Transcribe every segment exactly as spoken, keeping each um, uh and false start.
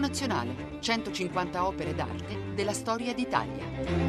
Nazionale, centocinquanta opere d'arte della storia d'Italia.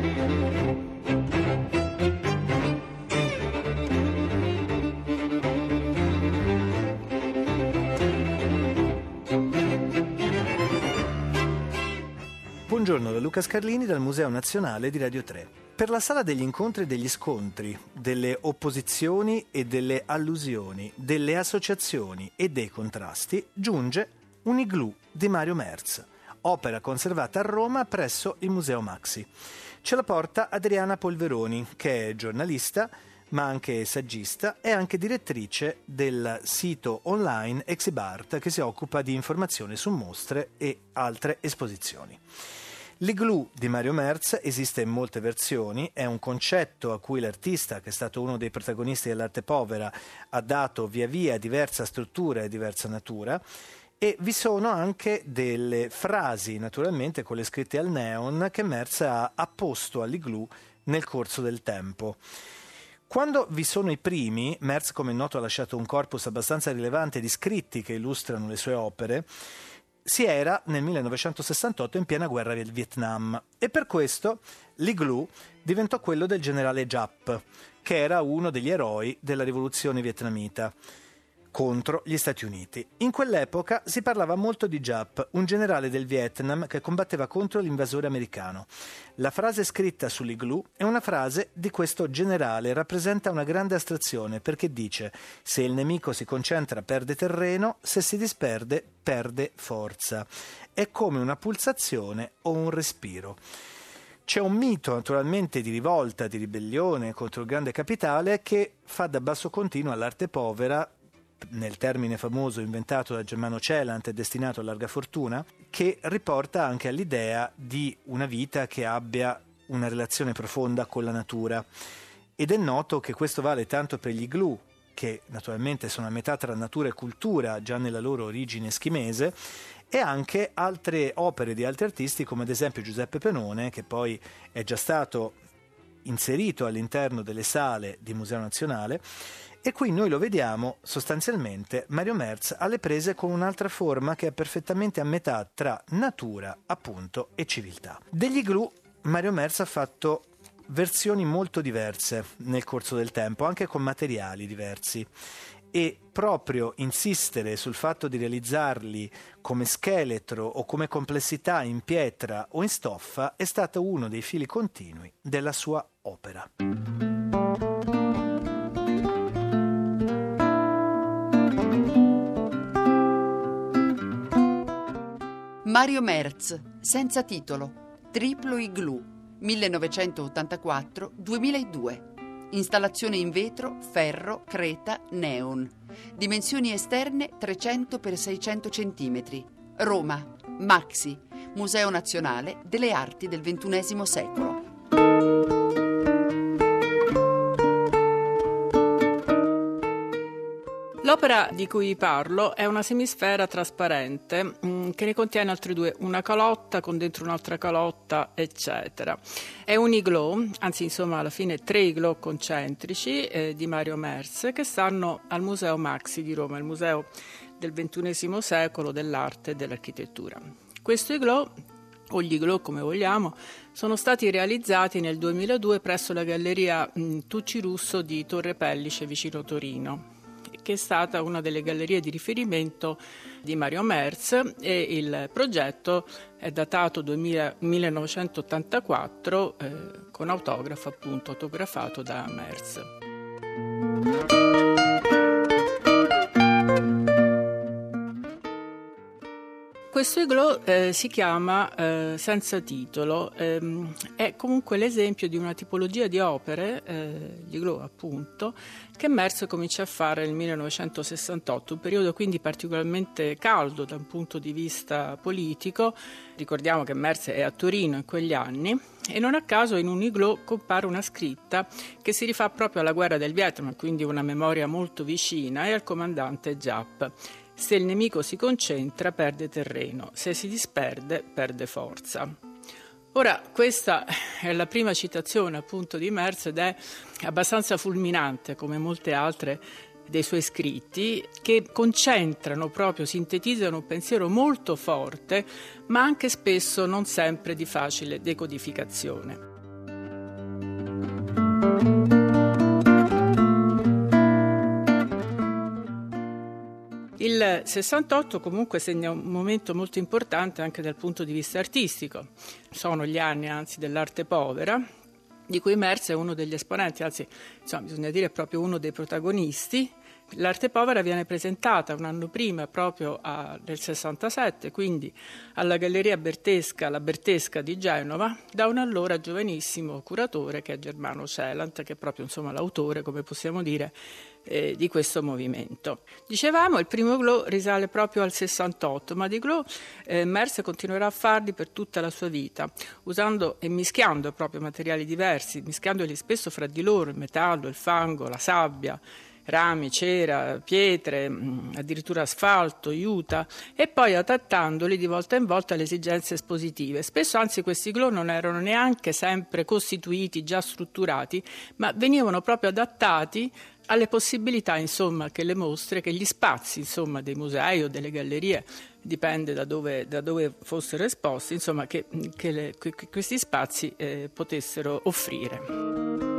Buongiorno da Luca Scarlini dal Museo Nazionale di Radio tre. Per la sala degli incontri e degli scontri, delle opposizioni e delle allusioni, delle associazioni e dei contrasti, giunge un igloo di Mario Merz, opera conservata a Roma presso il Museo Maxi. Ce la porta Adriana Polveroni, che è giornalista, ma anche saggista e anche direttrice del sito online Exibart, che si occupa di informazione su mostre e altre esposizioni. L'igloo di Mario Merz esiste in molte versioni, è un concetto a cui l'artista, che è stato uno dei protagonisti dell'arte povera, ha dato via via diversa struttura e diversa natura, e vi sono anche delle frasi, naturalmente, quelle scritte al neon, che Merz ha apposto all'igloo nel corso del tempo. Quando vi sono i primi, Merz, come è noto, ha lasciato un corpus abbastanza rilevante di scritti che illustrano le sue opere. Si era nel millenovecentosessantotto in piena guerra del Vietnam e per questo l'igloo diventò quello del generale Giap, che era uno degli eroi della rivoluzione vietnamita contro gli Stati Uniti. In quell'epoca si parlava molto di Giap, un generale del Vietnam che combatteva contro l'invasore americano. La frase scritta sull'igloo è una frase di questo generale, rappresenta una grande astrazione perché dice: se il nemico si concentra perde terreno, se si disperde perde forza. È come una pulsazione o un respiro. C'è un mito naturalmente di rivolta, di ribellione contro il grande capitale che fa da basso continuo all'arte povera, nel termine famoso inventato da Germano Celant e destinato a larga fortuna, che riporta anche all'idea di una vita che abbia una relazione profonda con la natura. Ed è noto che questo vale tanto per gli igloo, che naturalmente sono a metà tra natura e cultura già nella loro origine eschimese, e anche altre opere di altri artisti come ad esempio Giuseppe Penone, che poi è già stato inserito all'interno delle sale di Museo Nazionale. E qui noi lo vediamo sostanzialmente Mario Merz alle prese con un'altra forma che è perfettamente a metà tra natura, appunto, e civiltà. Degli igloo Mario Merz ha fatto versioni molto diverse nel corso del tempo, anche con materiali diversi, e proprio insistere sul fatto di realizzarli come scheletro o come complessità in pietra o in stoffa è stato uno dei fili continui della sua opera. Mario Merz, senza titolo, Triplo igloo, millenovecentottantaquattro duemiladue. Installazione in vetro, ferro, creta, neon. Dimensioni esterne trecento per seicento centimetri. Roma, Maxi, Museo Nazionale delle Arti del ventunesimo secolo. L'opera di cui parlo è una semisfera trasparente mh, che ne contiene altre due, una calotta con dentro un'altra calotta, eccetera. È un igloo, anzi insomma alla fine tre igloo concentrici eh, di Mario Merz che stanno al Museo Maxi di Roma, il museo del ventunesimo secolo dell'arte e dell'architettura. Questo igloo, o gli igloo come vogliamo, sono stati realizzati nel duemiladue presso la galleria mh, Tucci Russo di Torre Pellice vicino Torino, che è stata una delle gallerie di riferimento di Mario Merz, e il progetto è datato duemila, millenovecentottantaquattro eh, con autografo appunto autografato da Merz. Questo igloo eh, si chiama eh, Senza titolo, ehm, è comunque l'esempio di una tipologia di opere, eh, gli igloo appunto, che Merz comincia a fare nel millenovecentosessantotto, un periodo quindi particolarmente caldo da un punto di vista politico. Ricordiamo che Merz è a Torino in quegli anni e non a caso in un igloo compare una scritta che si rifà proprio alla guerra del Vietnam, quindi una memoria molto vicina, e al comandante Giap. Se il nemico si concentra, perde terreno, se si disperde, perde forza. Ora, questa è la prima citazione appunto di Merz ed è abbastanza fulminante, come molte altre dei suoi scritti, che concentrano proprio, sintetizzano un pensiero molto forte, ma anche spesso non sempre di facile decodificazione. Il sessantotto comunque segna un momento molto importante anche dal punto di vista artistico. Sono gli anni anzi dell'arte povera, di cui Merz è uno degli esponenti, anzi insomma, bisogna dire proprio uno dei protagonisti. L'arte povera viene presentata un anno prima, proprio a, nel sessantasette, quindi alla Galleria Bertesca, la Bertesca di Genova, da un allora giovanissimo curatore che è Germano Celant, che è proprio insomma l'autore, come possiamo dire, eh, di questo movimento. Dicevamo, il primo Glo risale proprio al sessantotto, ma di Glo eh, Merz continuerà a farli per tutta la sua vita, usando e mischiando proprio materiali diversi, mischiandoli spesso fra di loro, il metallo, il fango, la sabbia, rami, cera, pietre, addirittura asfalto, juta, e poi adattandoli di volta in volta alle esigenze espositive. Spesso anzi questi Glo non erano neanche sempre costituiti, già strutturati, ma venivano proprio adattati alle possibilità insomma che le mostre, che gli spazi insomma dei musei o delle gallerie, dipende da dove, da dove fossero esposti, insomma che, che, le, che questi spazi eh, potessero offrire.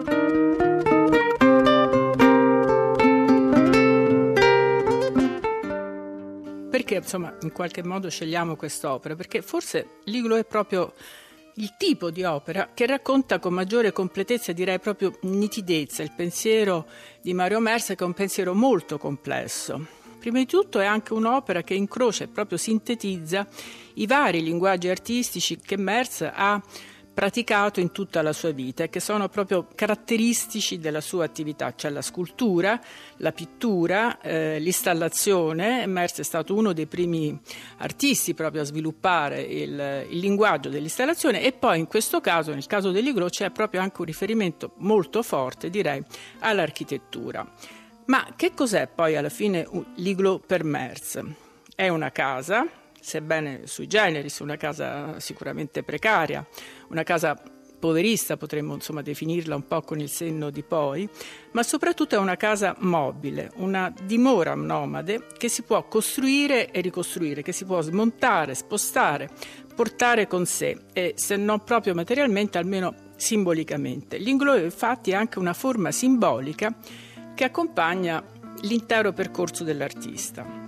Perché insomma in qualche modo scegliamo quest'opera? Perché forse l'Iglo è proprio il tipo di opera che racconta con maggiore completezza, direi proprio nitidezza, il pensiero di Mario Merz, che è un pensiero molto complesso. Prima di tutto è anche un'opera che incrocia e proprio sintetizza i vari linguaggi artistici che Merz ha praticato in tutta la sua vita e che sono proprio caratteristici della sua attività. C'è la scultura, la pittura, eh, l'installazione. Merz è stato uno dei primi artisti proprio a sviluppare il, il linguaggio dell'installazione, e poi in questo caso, nel caso dell'Iglo, c'è proprio anche un riferimento molto forte, direi, all'architettura. Ma che cos'è poi alla fine l'Iglo per Merz? È una casa, sebbene sui generis, una casa sicuramente precaria, una casa poverista, potremmo insomma definirla un po' con il senno di poi, ma soprattutto è una casa mobile, una dimora nomade che si può costruire e ricostruire, che si può smontare, spostare, portare con sé, e se non proprio materialmente, almeno simbolicamente. L'Iglo infatti è anche una forma simbolica che accompagna l'intero percorso dell'artista.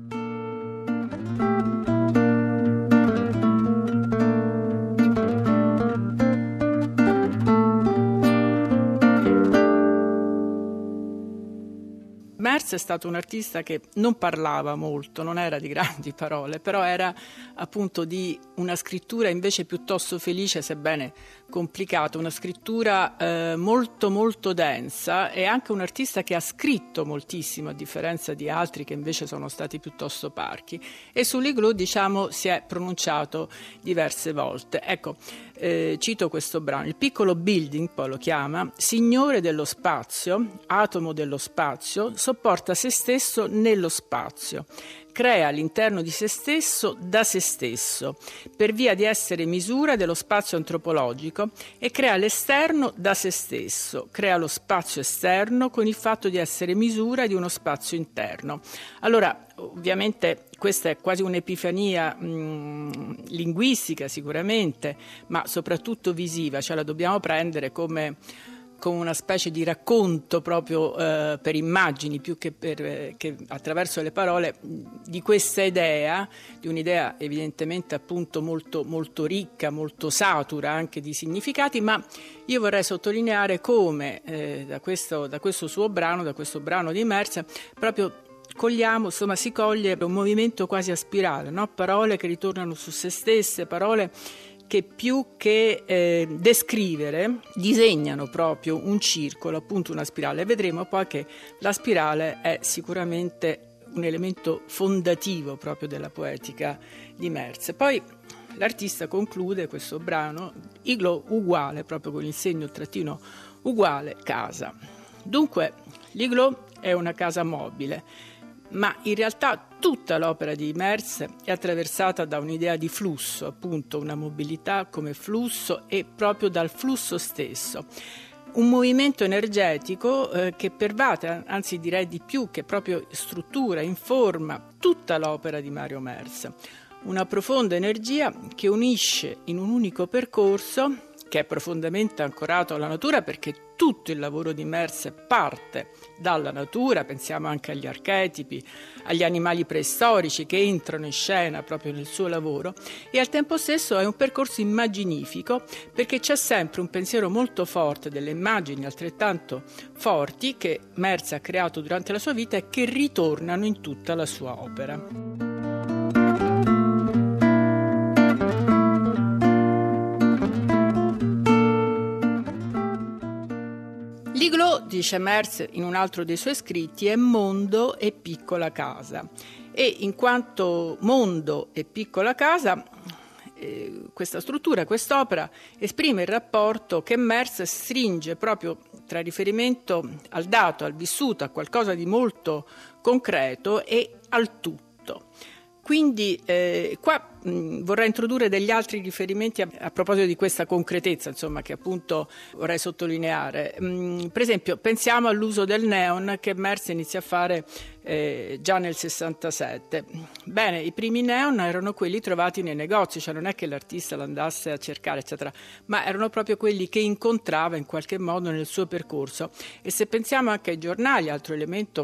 Merz è stato un artista che non parlava molto, non era di grandi parole, però era appunto di una scrittura invece piuttosto felice, sebbene complicata, una scrittura eh, molto molto densa, e anche un artista che ha scritto moltissimo, a differenza di altri che invece sono stati piuttosto parchi, e sull'Iglo diciamo si è pronunciato diverse volte. Ecco, eh, cito questo brano: il piccolo building, poi lo chiama, signore dello spazio, atomo dello spazio, sopporta se stesso nello spazio, crea all'interno di se stesso da se stesso, per via di essere misura dello spazio antropologico, e crea l'esterno da se stesso, crea lo spazio esterno con il fatto di essere misura di uno spazio interno. Allora, ovviamente questa è quasi un'epifania mh, linguistica sicuramente, ma soprattutto visiva, cioè la dobbiamo prendere come come una specie di racconto proprio eh, per immagini, più che, per, eh, che attraverso le parole, di questa idea, di un'idea evidentemente appunto molto, molto ricca, molto satura anche di significati, ma io vorrei sottolineare come eh, da, questo, da questo suo brano, da questo brano di Merz, proprio cogliamo, insomma si coglie un movimento quasi a spirale, no? Parole che ritornano su se stesse, parole che più che eh, descrivere disegnano proprio un circolo, appunto una spirale. E vedremo poi che la spirale è sicuramente un elemento fondativo proprio della poetica di Merz. Poi l'artista conclude questo brano, Iglo uguale, proprio con il segno trattino uguale, casa. Dunque l'Iglo è una casa mobile, ma in realtà tutta l'opera di Merz è attraversata da un'idea di flusso, appunto una mobilità come flusso, e proprio dal flusso stesso. un movimento energetico eh, che pervade, anzi direi di più, che proprio struttura, informa tutta l'opera di Mario Merz. Una profonda energia che unisce in un unico percorso, che è profondamente ancorato alla natura, perché tutto il lavoro di Merz parte dalla natura. Pensiamo anche agli archetipi, agli animali preistorici che entrano in scena proprio nel suo lavoro, e al tempo stesso è un percorso immaginifico, perché c'è sempre un pensiero molto forte, delle immagini altrettanto forti che Merz ha creato durante la sua vita e che ritornano in tutta la sua opera. L'Igloo, dice Merz in un altro dei suoi scritti, è mondo e piccola casa, e in quanto mondo e piccola casa eh, questa struttura, quest'opera esprime il rapporto che Merz stringe proprio tra riferimento al dato, al vissuto, a qualcosa di molto concreto e al tutto. Quindi eh, qua mh, vorrei introdurre degli altri riferimenti a, a proposito di questa concretezza, insomma, che appunto vorrei sottolineare. Mh, per esempio, pensiamo all'uso del neon che Merz inizia a fare eh, già nel sessantasette. Bene, i primi neon erano quelli trovati nei negozi, cioè non è che l'artista l'andasse a cercare, eccetera, ma erano proprio quelli che incontrava in qualche modo nel suo percorso. E se pensiamo anche ai giornali, altro elemento,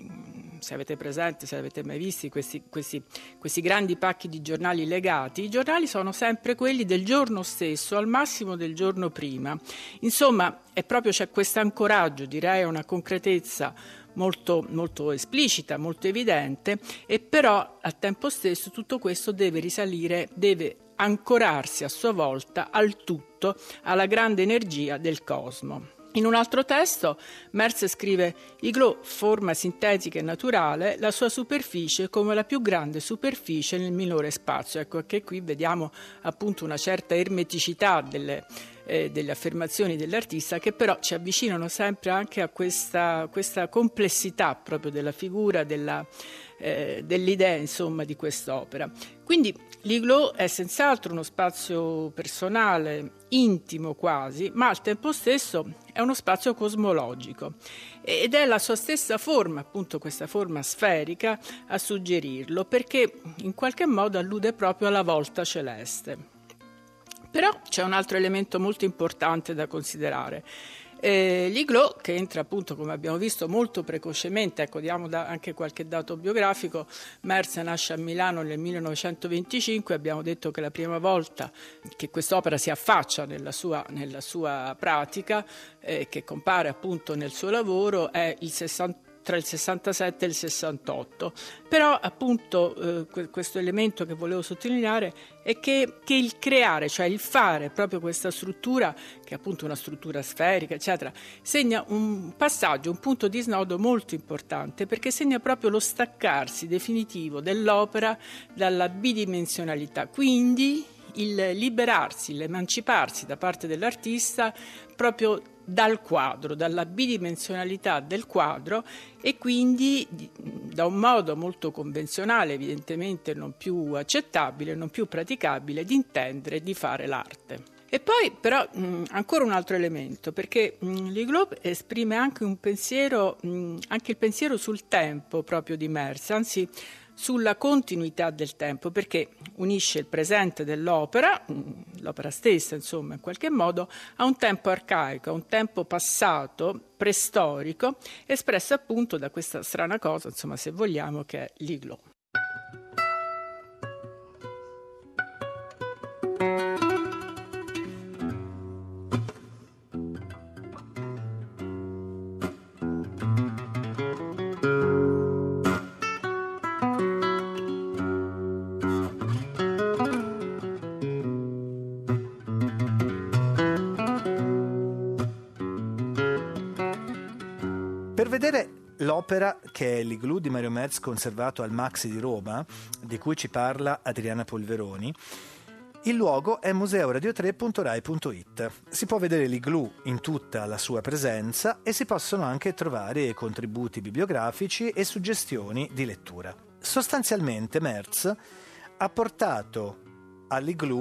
se avete presente, se avete mai visti questi, questi, questi grandi pacchi di giornali legati, i giornali sono sempre quelli del giorno stesso, al massimo del giorno prima. Insomma, è proprio c'è questo ancoraggio, direi una concretezza molto, molto esplicita, molto evidente, e però al tempo stesso tutto questo deve risalire, deve ancorarsi a sua volta al tutto, alla grande energia del cosmo. In un altro testo Merz scrive: Igloo, forma sintetica e naturale, la sua superficie come la più grande superficie nel minore spazio. Ecco che qui vediamo appunto una certa ermeticità delle, eh, delle affermazioni dell'artista, che però ci avvicinano sempre anche a questa, questa complessità proprio della figura, della, eh, dell'idea insomma di quest'opera. Quindi l'Igloo è senz'altro uno spazio personale, intimo quasi, ma al tempo stesso è uno spazio cosmologico, ed è la sua stessa forma, appunto questa forma sferica, a suggerirlo, perché in qualche modo allude proprio alla volta celeste. Però c'è un altro elemento molto importante da considerare. Eh, L'Igloo, che entra appunto, come abbiamo visto, molto precocemente, ecco, diamo da anche qualche dato biografico. Merz nasce a Milano nel millenovecentoventicinque, abbiamo detto che la prima volta che quest'opera si affaccia nella sua, nella sua pratica, eh, che compare appunto nel suo lavoro, è il sessanta tra il sessantasette e il sessantotto. Però appunto eh, questo elemento che volevo sottolineare è che, che il creare, cioè il fare proprio questa struttura, che è appunto una struttura sferica, eccetera, segna un passaggio, un punto di snodo molto importante, perché segna proprio lo staccarsi definitivo dell'opera dalla bidimensionalità, quindi il liberarsi, l'emanciparsi da parte dell'artista proprio dal quadro, dalla bidimensionalità del quadro, e quindi da un modo molto convenzionale, evidentemente non più accettabile, non più praticabile, di intendere e di fare l'arte. E poi però mh, ancora un altro elemento, perché mh, l'Igloo esprime anche un pensiero, mh, anche il pensiero sul tempo proprio di Merz, anzi sulla continuità del tempo, perché unisce il presente dell'opera, l'opera stessa insomma in qualche modo, a un tempo arcaico, a un tempo passato, preistorico, espresso appunto da questa strana cosa, insomma, se vogliamo, che è l'Igloo. Per vedere l'opera, che è l'Igloo di Mario Merz conservato al Maxi di Roma, di cui ci parla Adriana Polveroni, il luogo è museo radio tre punto rai punto it. Si può vedere l'Igloo in tutta la sua presenza e si possono anche trovare contributi bibliografici e suggestioni di lettura. Sostanzialmente Merz ha portato all'Igloo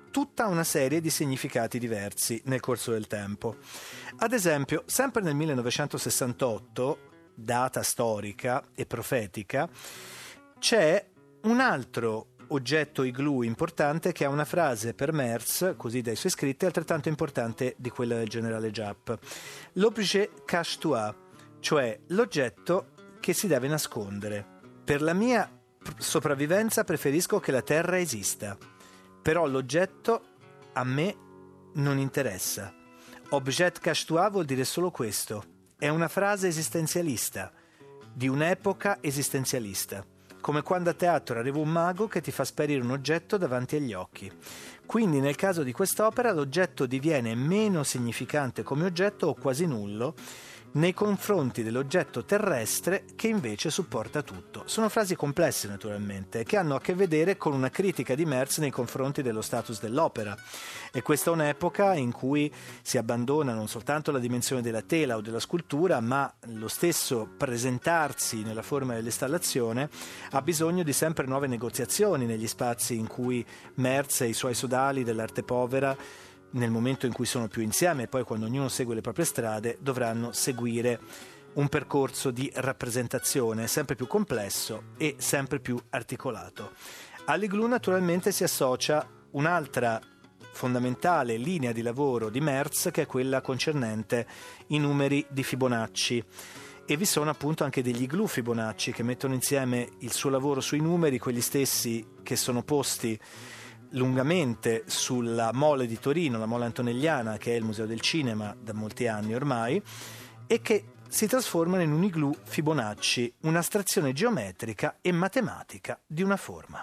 tutta una serie di significati diversi nel corso del tempo. Ad esempio, sempre nel millenovecentosessantotto, data storica e profetica, c'è un altro oggetto igloo importante che ha una frase per Merz, così dai suoi scritti, altrettanto importante di quella del generale Giapp. L'objet cache-toi, cioè l'oggetto che si deve nascondere. Per la mia sopravvivenza preferisco che la terra esista, però l'oggetto a me non interessa. Objet cache-toi vuol dire solo questo. È una frase esistenzialista, di un'epoca esistenzialista, come quando a teatro arriva un mago che ti fa sparire un oggetto davanti agli occhi. Quindi nel caso di quest'opera l'oggetto diviene meno significante come oggetto o quasi nullo nei confronti dell'oggetto terrestre che invece supporta tutto. Sono frasi complesse naturalmente, che hanno a che vedere con una critica di Merz nei confronti dello status dell'opera. E questa è un'epoca in cui si abbandona non soltanto la dimensione della tela o della scultura, ma lo stesso presentarsi nella forma dell'installazione ha bisogno di sempre nuove negoziazioni negli spazi in cui Merz e i suoi sodali dell'arte povera, nel momento in cui sono più insieme e poi quando ognuno segue le proprie strade, dovranno seguire un percorso di rappresentazione sempre più complesso e sempre più articolato. All'igloo naturalmente si associa un'altra fondamentale linea di lavoro di Merz, che è quella concernente i numeri di Fibonacci. E vi sono appunto anche degli igloo Fibonacci che mettono insieme il suo lavoro sui numeri, quelli stessi che sono posti lungamente sulla Mole di Torino, la Mole Antonelliana, che è il Museo del Cinema da molti anni ormai, e che si trasformano in un igloo Fibonacci, un'astrazione geometrica e matematica di una forma.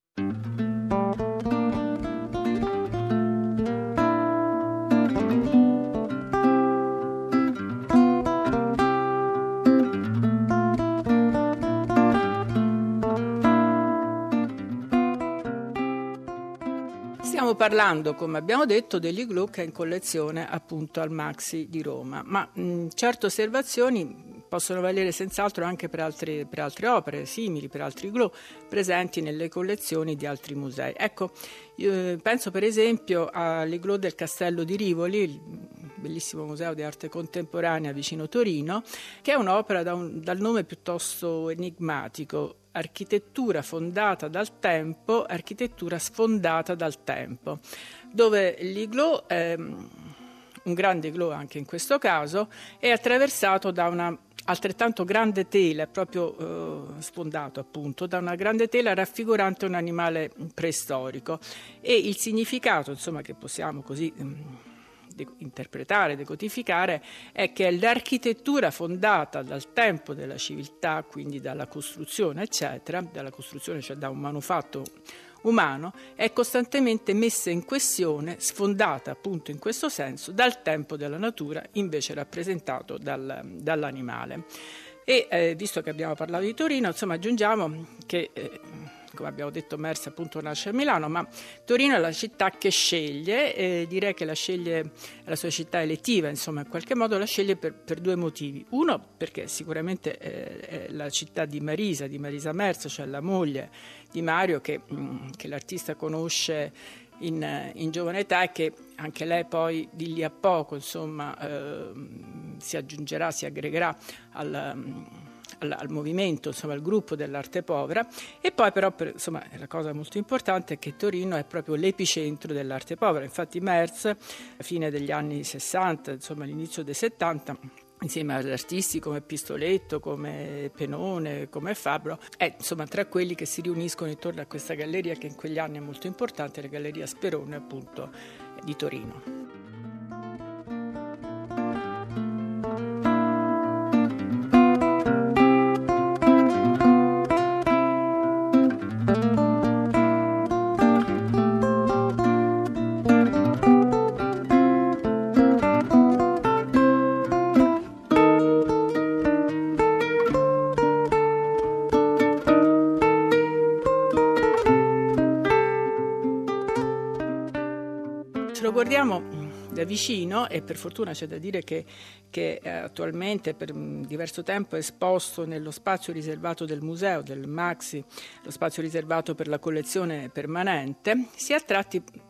Stiamo parlando, come abbiamo detto, degli igloo che è in collezione appunto al Maxi di Roma, ma mh, certe osservazioni possono valere senz'altro anche per altre, per altre opere simili, per altri igloo presenti nelle collezioni di altri musei. Ecco, io penso per esempio all'igloo del Castello di Rivoli, il bellissimo museo di arte contemporanea vicino Torino, che è un'opera da un, dal nome piuttosto enigmatico: architettura fondata dal tempo, architettura sfondata dal tempo, dove l'igloo, è, un grande igloo anche in questo caso, è attraversato da una altrettanto grande tela, proprio eh, sfondato appunto, da una grande tela raffigurante un animale preistorico, e il significato, insomma, che possiamo così de- interpretare, decodificare, è che l'architettura fondata dal tempo della civiltà, quindi dalla costruzione eccetera, dalla costruzione cioè da un manufatto umano, è costantemente messa in questione, sfondata appunto in questo senso dal tempo della natura, invece rappresentato dal, dall'animale. E eh, visto che abbiamo parlato di Torino, insomma aggiungiamo che eh, come abbiamo detto Merz appunto nasce a Milano, ma Torino è la città che sceglie, e direi che la sceglie, la sua città elettiva, insomma in qualche modo la sceglie per, per due motivi. Uno, perché sicuramente è, è la città di Marisa, di Marisa Merz, cioè la moglie di Mario, che, mh, che l'artista conosce in, in giovane età, e che anche lei poi di lì a poco insomma eh, si aggiungerà, si aggregherà al... Al, al movimento, insomma al gruppo dell'arte povera. E poi però per, insomma la cosa molto importante è che Torino è proprio l'epicentro dell'arte povera. Infatti Merz, a fine degli anni sessanta, insomma all'inizio dei settanta, insieme ad artisti come Pistoletto, come Penone, come Fabbro, è insomma tra quelli che si riuniscono intorno a questa galleria che in quegli anni è molto importante, la Galleria Sperone appunto di Torino. Lo guardiamo da vicino e per fortuna c'è da dire che, che attualmente per diverso tempo è esposto nello spazio riservato del museo, del Maxi, lo spazio riservato per la collezione permanente. Si è attratti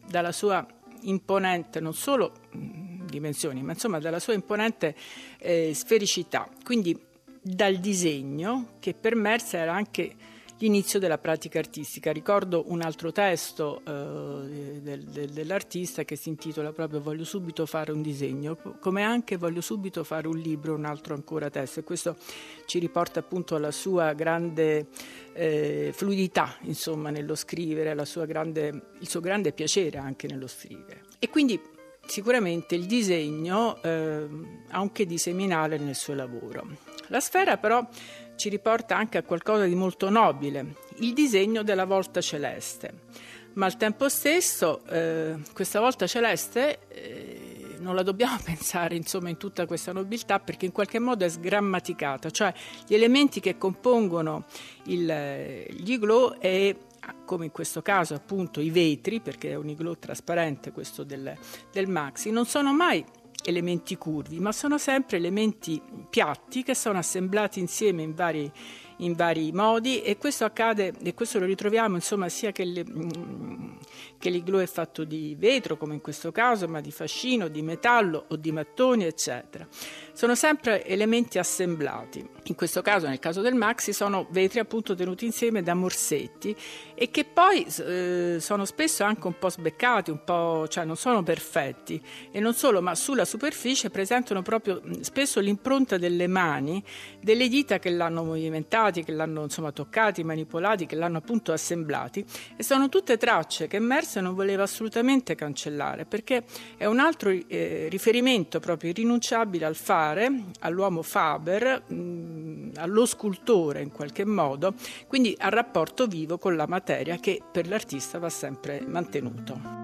dalla sua imponente non solo mh, dimensioni, ma insomma dalla sua imponente eh, sfericità, quindi dal disegno, che per Merz era anche l'inizio della pratica artistica. Ricordo un altro testo eh, del, del, dell'artista che si intitola proprio "Voglio subito fare un disegno", come anche "Voglio subito fare un libro", un altro ancora testo, e questo ci riporta appunto alla sua grande eh, fluidità, insomma, nello scrivere, alla sua grande, il suo grande piacere anche nello scrivere. E quindi sicuramente il disegno eh, ha un che di seminale nel suo lavoro. La Sfera però ci riporta anche a qualcosa di molto nobile, il disegno della volta celeste, ma al tempo stesso eh, questa volta celeste eh, non la dobbiamo pensare insomma in tutta questa nobiltà, perché in qualche modo è sgrammaticata, cioè gli elementi che compongono il, gli igloo, e come in questo caso appunto i vetri, perché è un igloo trasparente questo del, del Maxi, non sono mai elementi curvi, ma sono sempre elementi piatti che sono assemblati insieme in vari, in vari modi, e questo accade, e questo lo ritroviamo insomma sia che, le, che l'igloo è fatto di vetro, come in questo caso, ma di fascino, di metallo o di mattoni, eccetera. Sono sempre elementi assemblati. In questo caso, nel caso del Maxi, sono vetri appunto tenuti insieme da morsetti, e che poi eh, sono spesso anche un po' sbeccati, un po', cioè non sono perfetti, e non solo, ma sulla superficie presentano proprio spesso l'impronta delle mani, delle dita che l'hanno movimentati, che l'hanno insomma toccati, manipolati, che l'hanno appunto assemblati, e sono tutte tracce che Merz non voleva assolutamente cancellare, perché è un altro eh, riferimento proprio irrinunciabile al fare, all'uomo faber, mh, allo scultore in qualche modo, quindi al rapporto vivo con la materia che per l'artista va sempre mantenuto.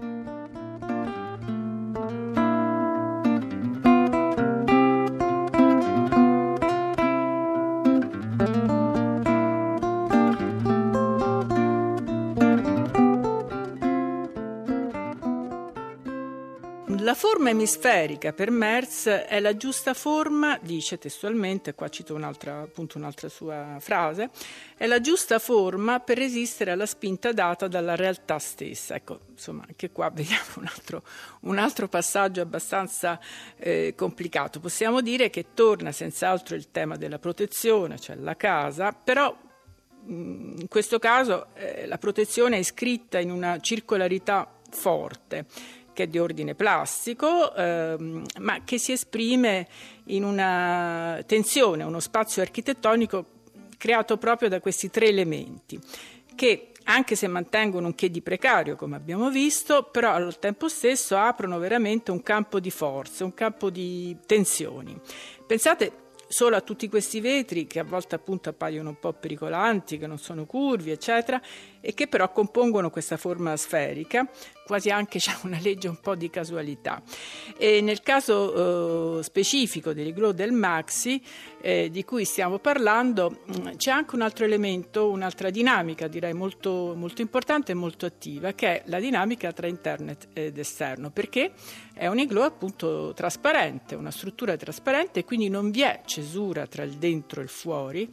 La forma emisferica per Merz è la giusta forma, dice testualmente, qua cito un'altra, appunto un'altra sua frase, è la giusta forma per resistere alla spinta data dalla realtà stessa. Ecco, insomma, anche qua vediamo un altro, un altro passaggio abbastanza eh, complicato. Possiamo dire che torna senz'altro il tema della protezione, cioè la casa, però in questo caso eh, la protezione è iscritta in una circolarità forte, che è di ordine plastico, ehm, ma che si esprime in una tensione, uno spazio architettonico creato proprio da questi tre elementi, che anche se mantengono un che di precario, come abbiamo visto, però al tempo stesso aprono veramente un campo di forze, un campo di tensioni. Pensate solo a tutti questi vetri che a volte appunto appaiono un po' pericolanti, che non sono curvi, eccetera, e che però compongono questa forma sferica, quasi anche c'è una legge un po' di casualità. E nel caso eh, specifico dell'igloo del Maxi, eh, di cui stiamo parlando, mh, c'è anche un altro elemento, un'altra dinamica, direi molto, molto importante e molto attiva, che è la dinamica tra interno ed esterno, perché è un igloo appunto trasparente, una struttura trasparente, quindi non vi è cesura tra il dentro e il fuori,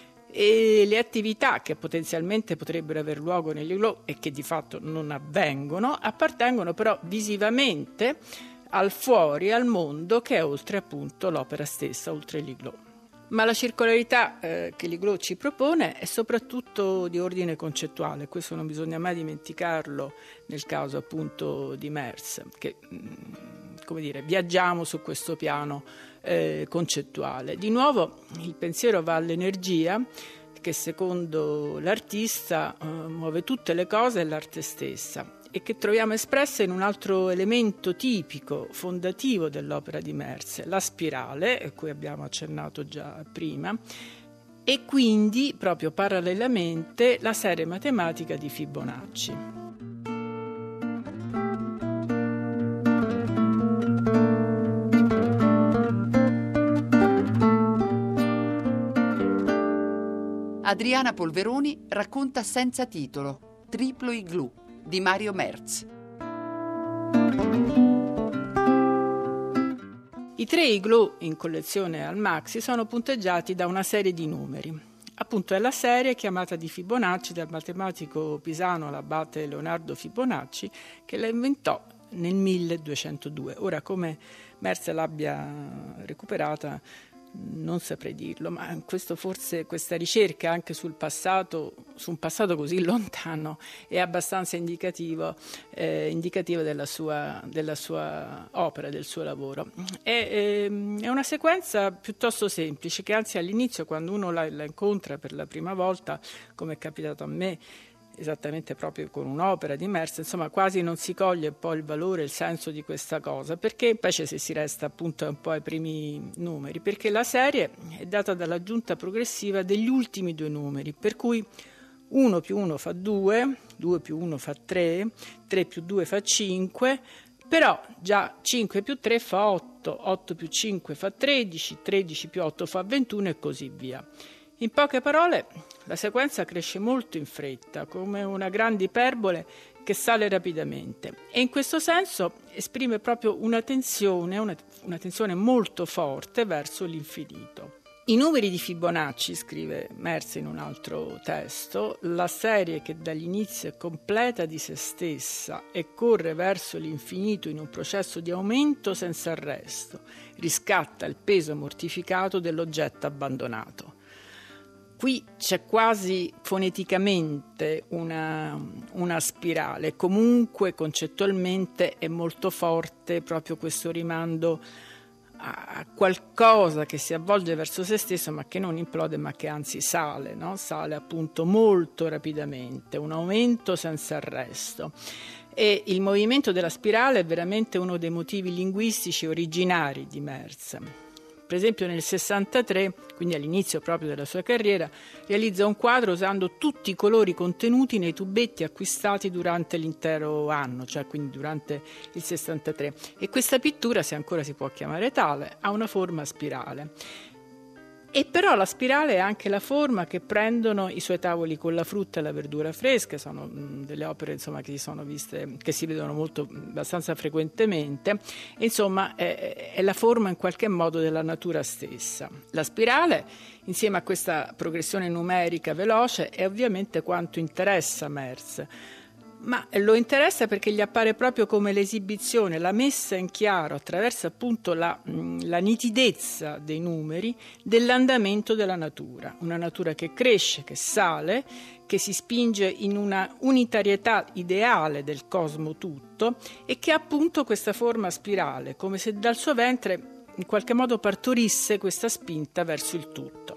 e le attività che potenzialmente potrebbero aver luogo nell'igloo e che di fatto non avvengono, appartengono però visivamente al fuori, al mondo che è oltre appunto l'opera stessa, oltre l'igloo. Ma la circolarità eh, che l'igloo ci propone è soprattutto di ordine concettuale, questo non bisogna mai dimenticarlo nel caso appunto di Merz, che come dire, viaggiamo su questo piano eh, concettuale. Di nuovo il pensiero va all'energia che secondo l'artista eh, muove tutte le cose e l'arte stessa, e che troviamo espressa in un altro elemento tipico, fondativo dell'opera di Merz, la spirale, a cui abbiamo accennato già prima, e quindi proprio parallelamente la serie matematica di Fibonacci. Adriana Polveroni racconta Senza titolo, Triplo igloo di Mario Merz. I tre igloo in collezione al Maxi sono punteggiati da una serie di numeri. Appunto è la serie chiamata di Fibonacci dal matematico pisano l'abate Leonardo Fibonacci, che la inventò nel milleduecentodue. Ora, come Merz l'abbia recuperata non saprei dirlo, ma questo forse, questa ricerca anche sul passato, su un passato così lontano, è abbastanza indicativo, eh, indicativa della sua, della sua opera, del suo lavoro. È, eh, è una sequenza piuttosto semplice, che anzi all'inizio, quando uno la, la incontra per la prima volta, come è capitato a me, esattamente proprio con un'opera di Merz, insomma quasi non si coglie poi il valore, il senso di questa cosa, perché specie se si resta appunto un po' ai primi numeri, perché la serie è data dall'aggiunta progressiva degli ultimi due numeri, per cui uno più uno fa due, due più uno fa tre, tre più due fa cinque, però già cinque più tre fa otto, otto più cinque fa tredici, tredici più otto fa ventuno e così via. In poche parole, la sequenza cresce molto in fretta, come una grande iperbole che sale rapidamente, e in questo senso esprime proprio una tensione, una, una tensione molto forte verso l'infinito. I numeri di Fibonacci, scrive Merz in un altro testo, la serie che dall'inizio è completa di se stessa e corre verso l'infinito in un processo di aumento senza arresto, riscatta il peso mortificato dell'oggetto abbandonato. Qui c'è quasi foneticamente una, una spirale, comunque concettualmente è molto forte proprio questo rimando a qualcosa che si avvolge verso se stesso ma che non implode, ma che anzi sale, no? Sale appunto molto rapidamente, un aumento senza arresto. E il movimento della spirale è veramente uno dei motivi linguistici originari di Merz. Per esempio nel sessantatré, quindi all'inizio proprio della sua carriera, realizza un quadro usando tutti i colori contenuti nei tubetti acquistati durante l'intero anno, cioè quindi durante il sessantatré. E questa pittura, se ancora si può chiamare tale, ha una forma a spirale. E però la spirale è anche la forma che prendono i suoi tavoli con la frutta e la verdura fresca, sono mh, delle opere insomma, che si sono viste, che si vedono molto, abbastanza frequentemente, e, insomma è, è la forma in qualche modo della natura stessa. La spirale, insieme a questa progressione numerica veloce, è ovviamente quanto interessa Merz. Ma lo interessa perché gli appare proprio come l'esibizione, la messa in chiaro attraverso appunto la, la nitidezza dei numeri dell'andamento della natura, una natura che cresce, che sale, che si spinge in una unitarietà ideale del cosmo tutto e che ha appunto questa forma spirale, come se dal suo ventre in qualche modo partorisse questa spinta verso il tutto.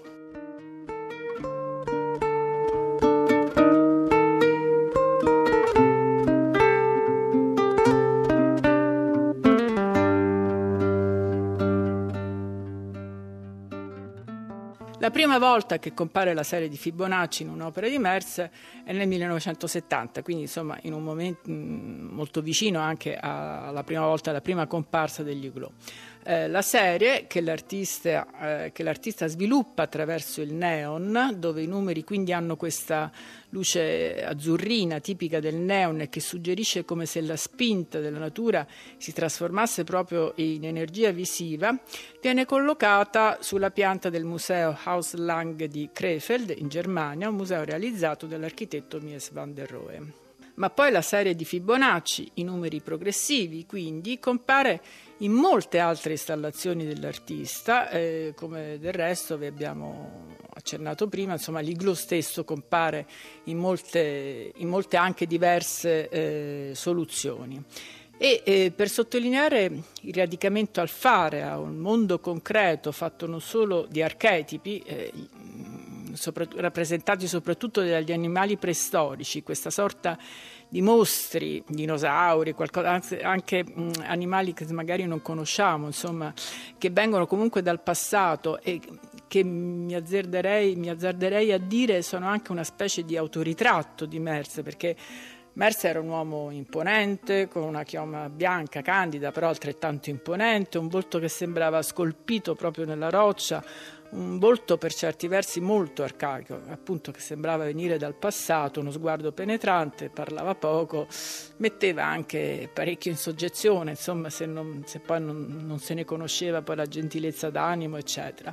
La prima volta che compare la serie di Fibonacci in un'opera di Merz è nel millenovecentosettanta, quindi insomma in un momento mh, molto vicino anche alla prima volta, alla prima comparsa degli Hublot. Eh, la serie che l'artista, eh, che l'artista sviluppa attraverso il neon, dove i numeri quindi hanno questa luce azzurrina tipica del neon e che suggerisce come se la spinta della natura si trasformasse proprio in energia visiva, viene collocata sulla pianta del museo Haus Lang di Krefeld in Germania, un museo realizzato dall'architetto Mies van der Rohe. Ma poi la serie di Fibonacci, i numeri progressivi, quindi, compare in molte altre installazioni dell'artista, eh, come del resto vi abbiamo accennato prima, insomma l'I G L O stesso compare in molte, in molte anche diverse eh, soluzioni. E eh, per sottolineare il radicamento al fare, a un mondo concreto fatto non solo di archetipi, eh, Sopra, rappresentati soprattutto dagli animali preistorici, questa sorta di mostri, dinosauri, qualcosa, anche mh, animali che magari non conosciamo, insomma, che vengono comunque dal passato e che mi azzarderei, mi azzarderei a dire sono anche una specie di autoritratto di Merz, perché Merz era un uomo imponente, con una chioma bianca, candida, però altrettanto imponente, un volto che sembrava scolpito proprio nella roccia, un volto per certi versi molto arcaico, appunto, che sembrava venire dal passato, uno sguardo penetrante, parlava poco, metteva anche parecchio in soggezione, insomma, se, non, se poi non, non se ne conosceva poi la gentilezza d'animo, eccetera.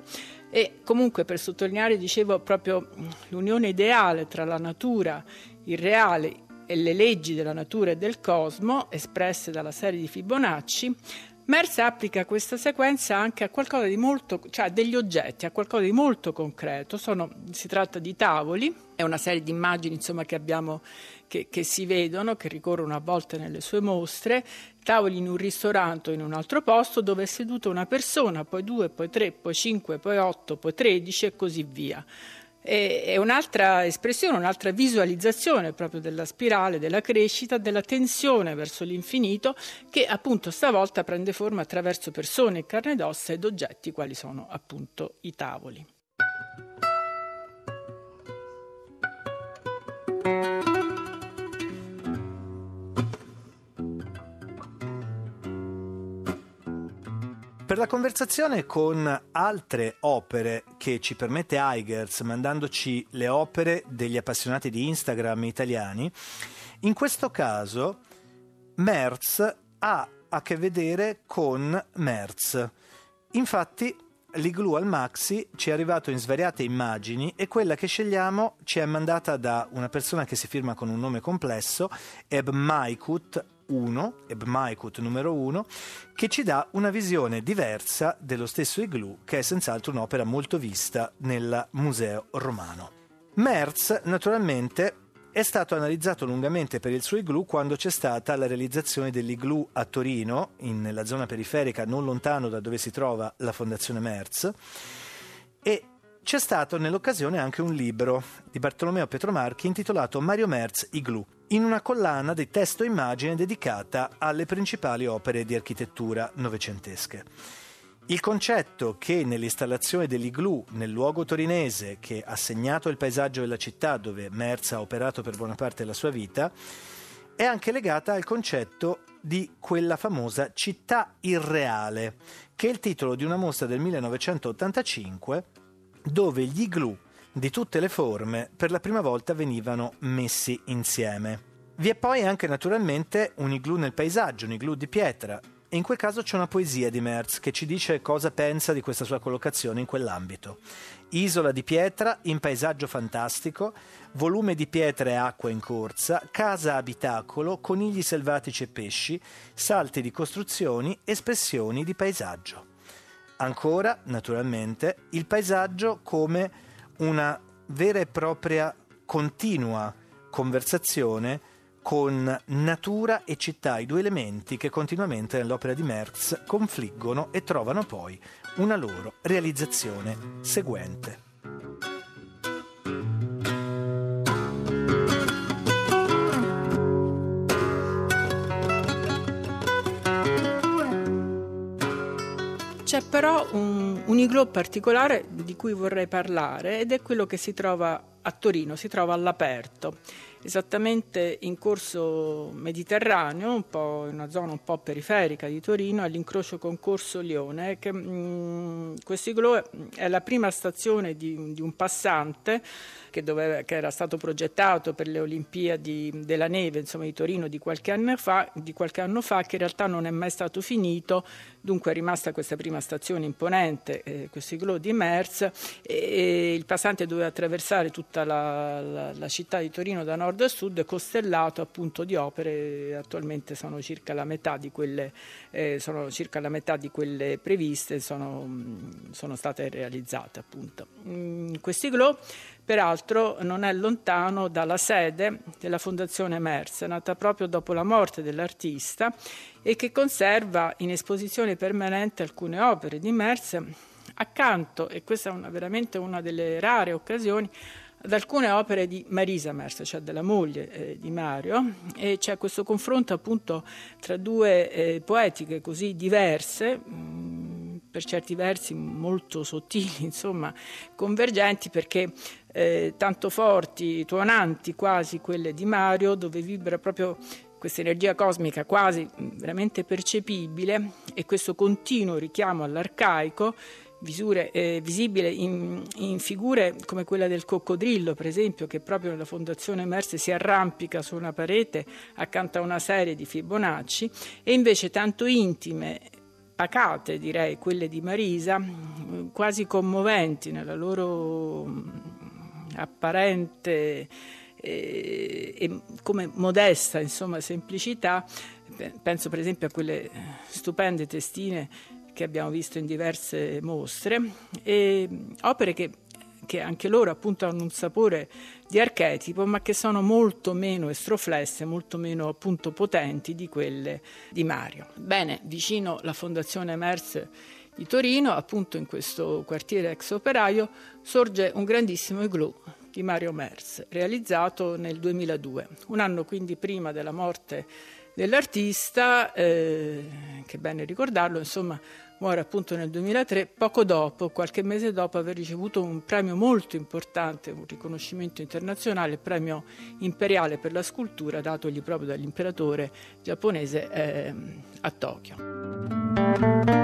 E comunque, per sottolineare, dicevo, proprio l'unione ideale tra la natura, il reale e le leggi della natura e del cosmo espresse dalla serie di Fibonacci, Merz applica questa sequenza anche a qualcosa di molto, cioè degli oggetti, a qualcosa di molto concreto. Sono, si tratta di tavoli, è una serie di immagini insomma che abbiamo, che, che si vedono, che ricorrono a volte nelle sue mostre, tavoli in un ristorante o in un altro posto dove è seduta una persona, poi due, poi tre, poi cinque, poi otto, poi tredici e così via. È un'altra espressione, un'altra visualizzazione proprio della spirale, della crescita, della tensione verso l'infinito, che appunto stavolta prende forma attraverso persone in carne ed ossa ed oggetti quali sono appunto i tavoli. Per la conversazione con altre opere che ci permette Eigers, mandandoci le opere degli appassionati di Instagram italiani, in questo caso Merz ha a che vedere con Merz. Infatti l'igloo al Maxi ci è arrivato in svariate immagini e quella che scegliamo ci è mandata da una persona che si firma con un nome complesso, Eb Maikut uno, Eb Maikut numero uno, che ci dà una visione diversa dello stesso igloo, che è senz'altro un'opera molto vista nel Museo Romano. Merz, naturalmente, è stato analizzato lungamente per il suo igloo quando c'è stata la realizzazione dell'igloo a Torino, in, nella zona periferica non lontano da dove si trova la Fondazione Merz, e c'è stato nell'occasione anche un libro di Bartolomeo Petromarchi intitolato Mario Merz Igloo, in una collana di testo e immagine dedicata alle principali opere di architettura novecentesche. Il concetto che nell'installazione dell'igloo nel luogo torinese che ha segnato il paesaggio della città dove Merz ha operato per buona parte della sua vita è anche legata al concetto di quella famosa città irreale, che è il titolo di una mostra del millenovecentottantacinque dove gli igloo di tutte le forme per la prima volta venivano messi insieme. Vi è poi anche naturalmente un igloo nel paesaggio, un igloo di pietra, e in quel caso c'è una poesia di Merz che ci dice cosa pensa di questa sua collocazione in quell'ambito. Isola di pietra in paesaggio fantastico, volume di pietra e acqua in corsa, casa abitacolo, conigli selvatici e pesci, salti di costruzioni, espressioni di paesaggio. Ancora, naturalmente, il paesaggio come una vera e propria continua conversazione con natura e città, i due elementi che continuamente nell'opera di Merz confliggono e trovano poi una loro realizzazione seguente. C'è però un, un igloo particolare di cui vorrei parlare ed è quello che si trova a Torino, si trova all'aperto, esattamente in Corso Mediterraneo, un po' in una zona un po' periferica di Torino, all'incrocio con Corso Lione. Che, mh, questo igloo è la prima stazione di, di un passante che, doveva, che era stato progettato per le Olimpiadi della neve, insomma, di Torino di qualche anno fa, di qualche anno fa, che in realtà non è mai stato finito. Dunque è rimasta questa prima stazione imponente, eh, questo igloo di Merz, e, e il passante doveva attraversare tutta la, la, la città di Torino da nord a sud, costellato appunto di opere. Attualmente sono circa la metà di quelle, eh, sono circa la metà di quelle previste, sono, sono state realizzate appunto. Mm, questo igloo peraltro non è lontano dalla sede della Fondazione Merz, nata proprio dopo la morte dell'artista e che conserva in esposizione permanente alcune opere di Merz accanto, e questa è una, veramente una delle rare occasioni, ad alcune opere di Marisa Merz, cioè della moglie eh, di Mario, e c'è questo confronto appunto tra due eh, poetiche così diverse, mh, per certi versi molto sottili, insomma, convergenti, perché eh, tanto forti, tuonanti quasi quelle di Mario, dove vibra proprio questa energia cosmica quasi veramente percepibile e questo continuo richiamo all'arcaico, Visure, eh, visibile in, in figure come quella del coccodrillo, per esempio, che proprio nella Fondazione Merz si arrampica su una parete accanto a una serie di Fibonacci, e invece tanto intime pacate, direi, quelle di Marisa, quasi commoventi nella loro apparente e, e come modesta, insomma, semplicità. Penso per esempio a quelle stupende testine che abbiamo visto in diverse mostre, e opere che, che anche loro appunto hanno un sapore di archetipo, ma che sono molto meno estroflesse, molto meno appunto potenti di quelle di Mario. Bene, vicino la Fondazione Merz di Torino, appunto in questo quartiere ex operaio, sorge un grandissimo igloo di Mario Merz, realizzato nel duemiladue, un anno quindi prima della morte dell'artista, eh, che è bene ricordarlo, insomma, muore appunto nel duemilatré, poco dopo, qualche mese dopo aver ricevuto un premio molto importante, un riconoscimento internazionale, il premio imperiale per la scultura, datogli proprio dall'imperatore giapponese eh, a Tokyo.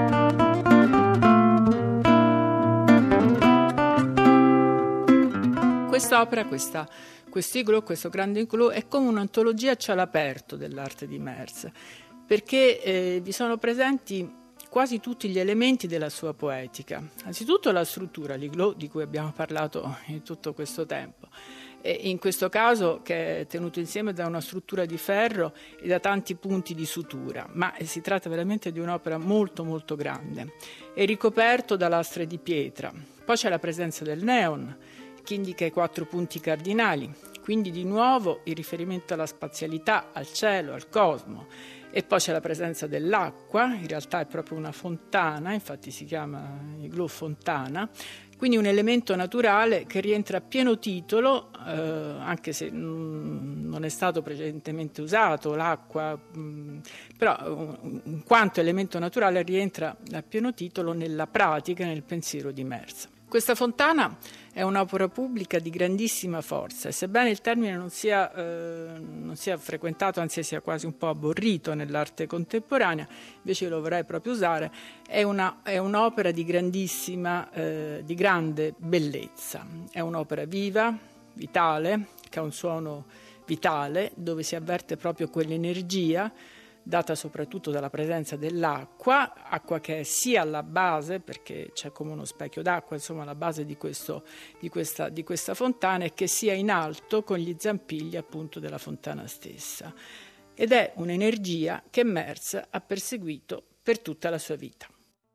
Quest'opera, questa, questo igloo, questo grande igloo, è come un'antologia a cielo aperto dell'arte di Merz, perché eh, vi sono presenti quasi tutti gli elementi della sua poetica. Anzitutto la struttura, l'igloo di cui abbiamo parlato in tutto questo tempo, e in questo caso che è tenuto insieme da una struttura di ferro e da tanti punti di sutura, ma si tratta veramente di un'opera molto molto grande. È ricoperto da lastre di pietra, poi c'è la presenza del neon, che indica i quattro punti cardinali, quindi di nuovo il riferimento alla spazialità, al cielo, al cosmo, e poi c'è la presenza dell'acqua, in realtà è proprio una fontana, infatti si chiama igloo fontana, quindi un elemento naturale che rientra a pieno titolo, eh, anche se mh, non è stato precedentemente usato l'acqua, mh, però in quanto elemento naturale rientra a pieno titolo nella pratica, nel pensiero di Merz. Questa fontana è un'opera pubblica di grandissima forza e sebbene il termine non sia, eh, non sia frequentato, anzi sia quasi un po' aborrito nell'arte contemporanea, invece io lo vorrei proprio usare, è, una, è un'opera di grandissima, eh, di grande bellezza. È un'opera viva, vitale, che ha un suono vitale, dove si avverte proprio quell'energia data soprattutto dalla presenza dell'acqua, acqua che è sia alla base, perché c'è come uno specchio d'acqua, insomma alla base di, questo, di, questa, di questa fontana, e che sia in alto con gli zampilli appunto della fontana stessa. Ed è un'energia che Merz ha perseguito per tutta la sua vita.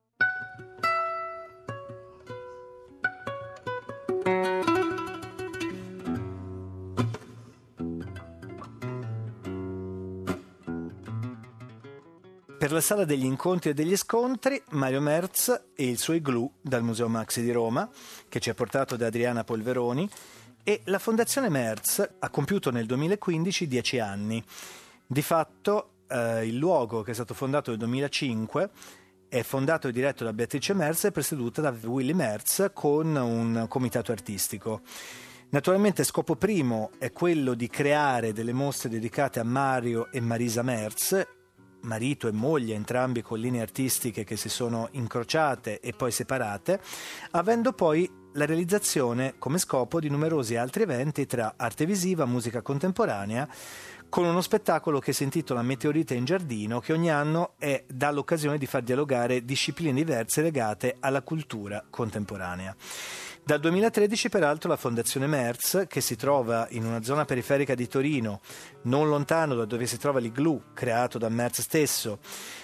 Per la sala degli incontri e degli scontri, Mario Merz e il suo igloo dal Museo Maxi di Roma, che ci ha portato da Adriana Polveroni, e la Fondazione Merz ha compiuto nel duemilaquindici dieci anni. Di fatto eh, il luogo, che è stato fondato nel duemilacinque, è fondato e diretto da Beatrice Merz e presieduta da Willy Merz con un comitato artistico. Naturalmente scopo primo è quello di creare delle mostre dedicate a Mario e Marisa Merz, marito e moglie, entrambi con linee artistiche che si sono incrociate e poi separate, avendo poi la realizzazione come scopo di numerosi altri eventi tra arte visiva, musica contemporanea, con uno spettacolo che si intitola Meteorite in giardino, che ogni anno è, dà l'occasione di far dialogare discipline diverse legate alla cultura contemporanea. Dal duemilatredici, peraltro, la Fondazione Merz, che si trova in una zona periferica di Torino, non lontano da dove si trova l'igloo creato da Merz stesso,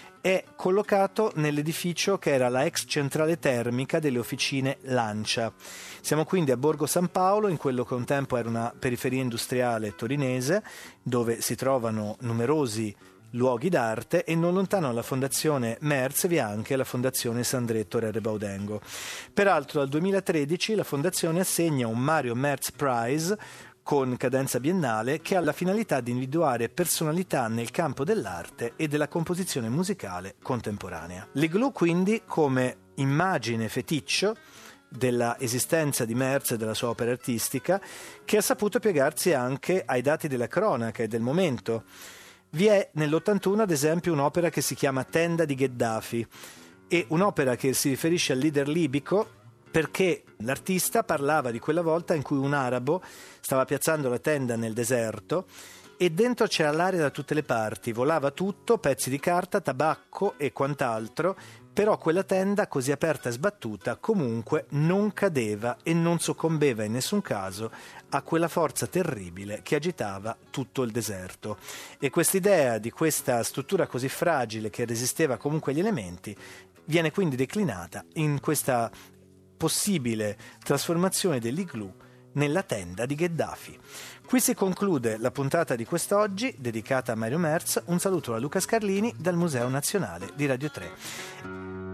è collocato nell'edificio che era la ex centrale termica delle officine Lancia. Siamo quindi a Borgo San Paolo, in quello che un tempo era una periferia industriale torinese, dove si trovano numerosi luoghi d'arte, e non lontano dalla Fondazione Merz vi è anche la Fondazione Sandretto Rere Baudengo. Peraltro dal duemilatredici la Fondazione assegna un Mario Merz Prize con cadenza biennale, che ha la finalità di individuare personalità nel campo dell'arte e della composizione musicale contemporanea. L'igloo quindi come immagine feticcio della esistenza di Merz e della sua opera artistica, che ha saputo piegarsi anche ai dati della cronaca e del momento. Vi è nell'ottantuno ad esempio un'opera che si chiama Tenda di Gheddafi, e un'opera che si riferisce al leader libico perché l'artista parlava di quella volta in cui un arabo stava piazzando la tenda nel deserto e dentro c'era l'aria da tutte le parti, volava tutto, pezzi di carta, tabacco e quant'altro, Però quella tenda, così aperta e sbattuta, comunque non cadeva e non soccombeva in nessun caso a quella forza terribile che agitava tutto il deserto. E quest'idea di questa struttura così fragile che resisteva comunque agli elementi viene quindi declinata in questa possibile trasformazione dell'igloo nella tenda di Gheddafi. Qui si conclude la puntata di quest'oggi dedicata a Mario Merz. Un saluto da Luca Scarlini dal Museo Nazionale di Radio tre.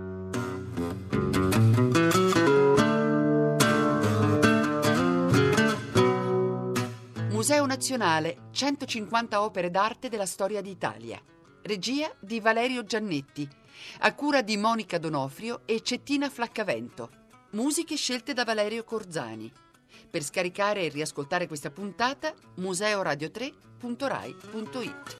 Museo Nazionale, centocinquanta opere d'arte della storia d'Italia. Regia di Valerio Giannetti, a cura di Monica Donofrio e Cettina Flaccavento. Musiche scelte da Valerio Corzani. Per scaricare e riascoltare questa puntata, museo radio tre punto rai punto it.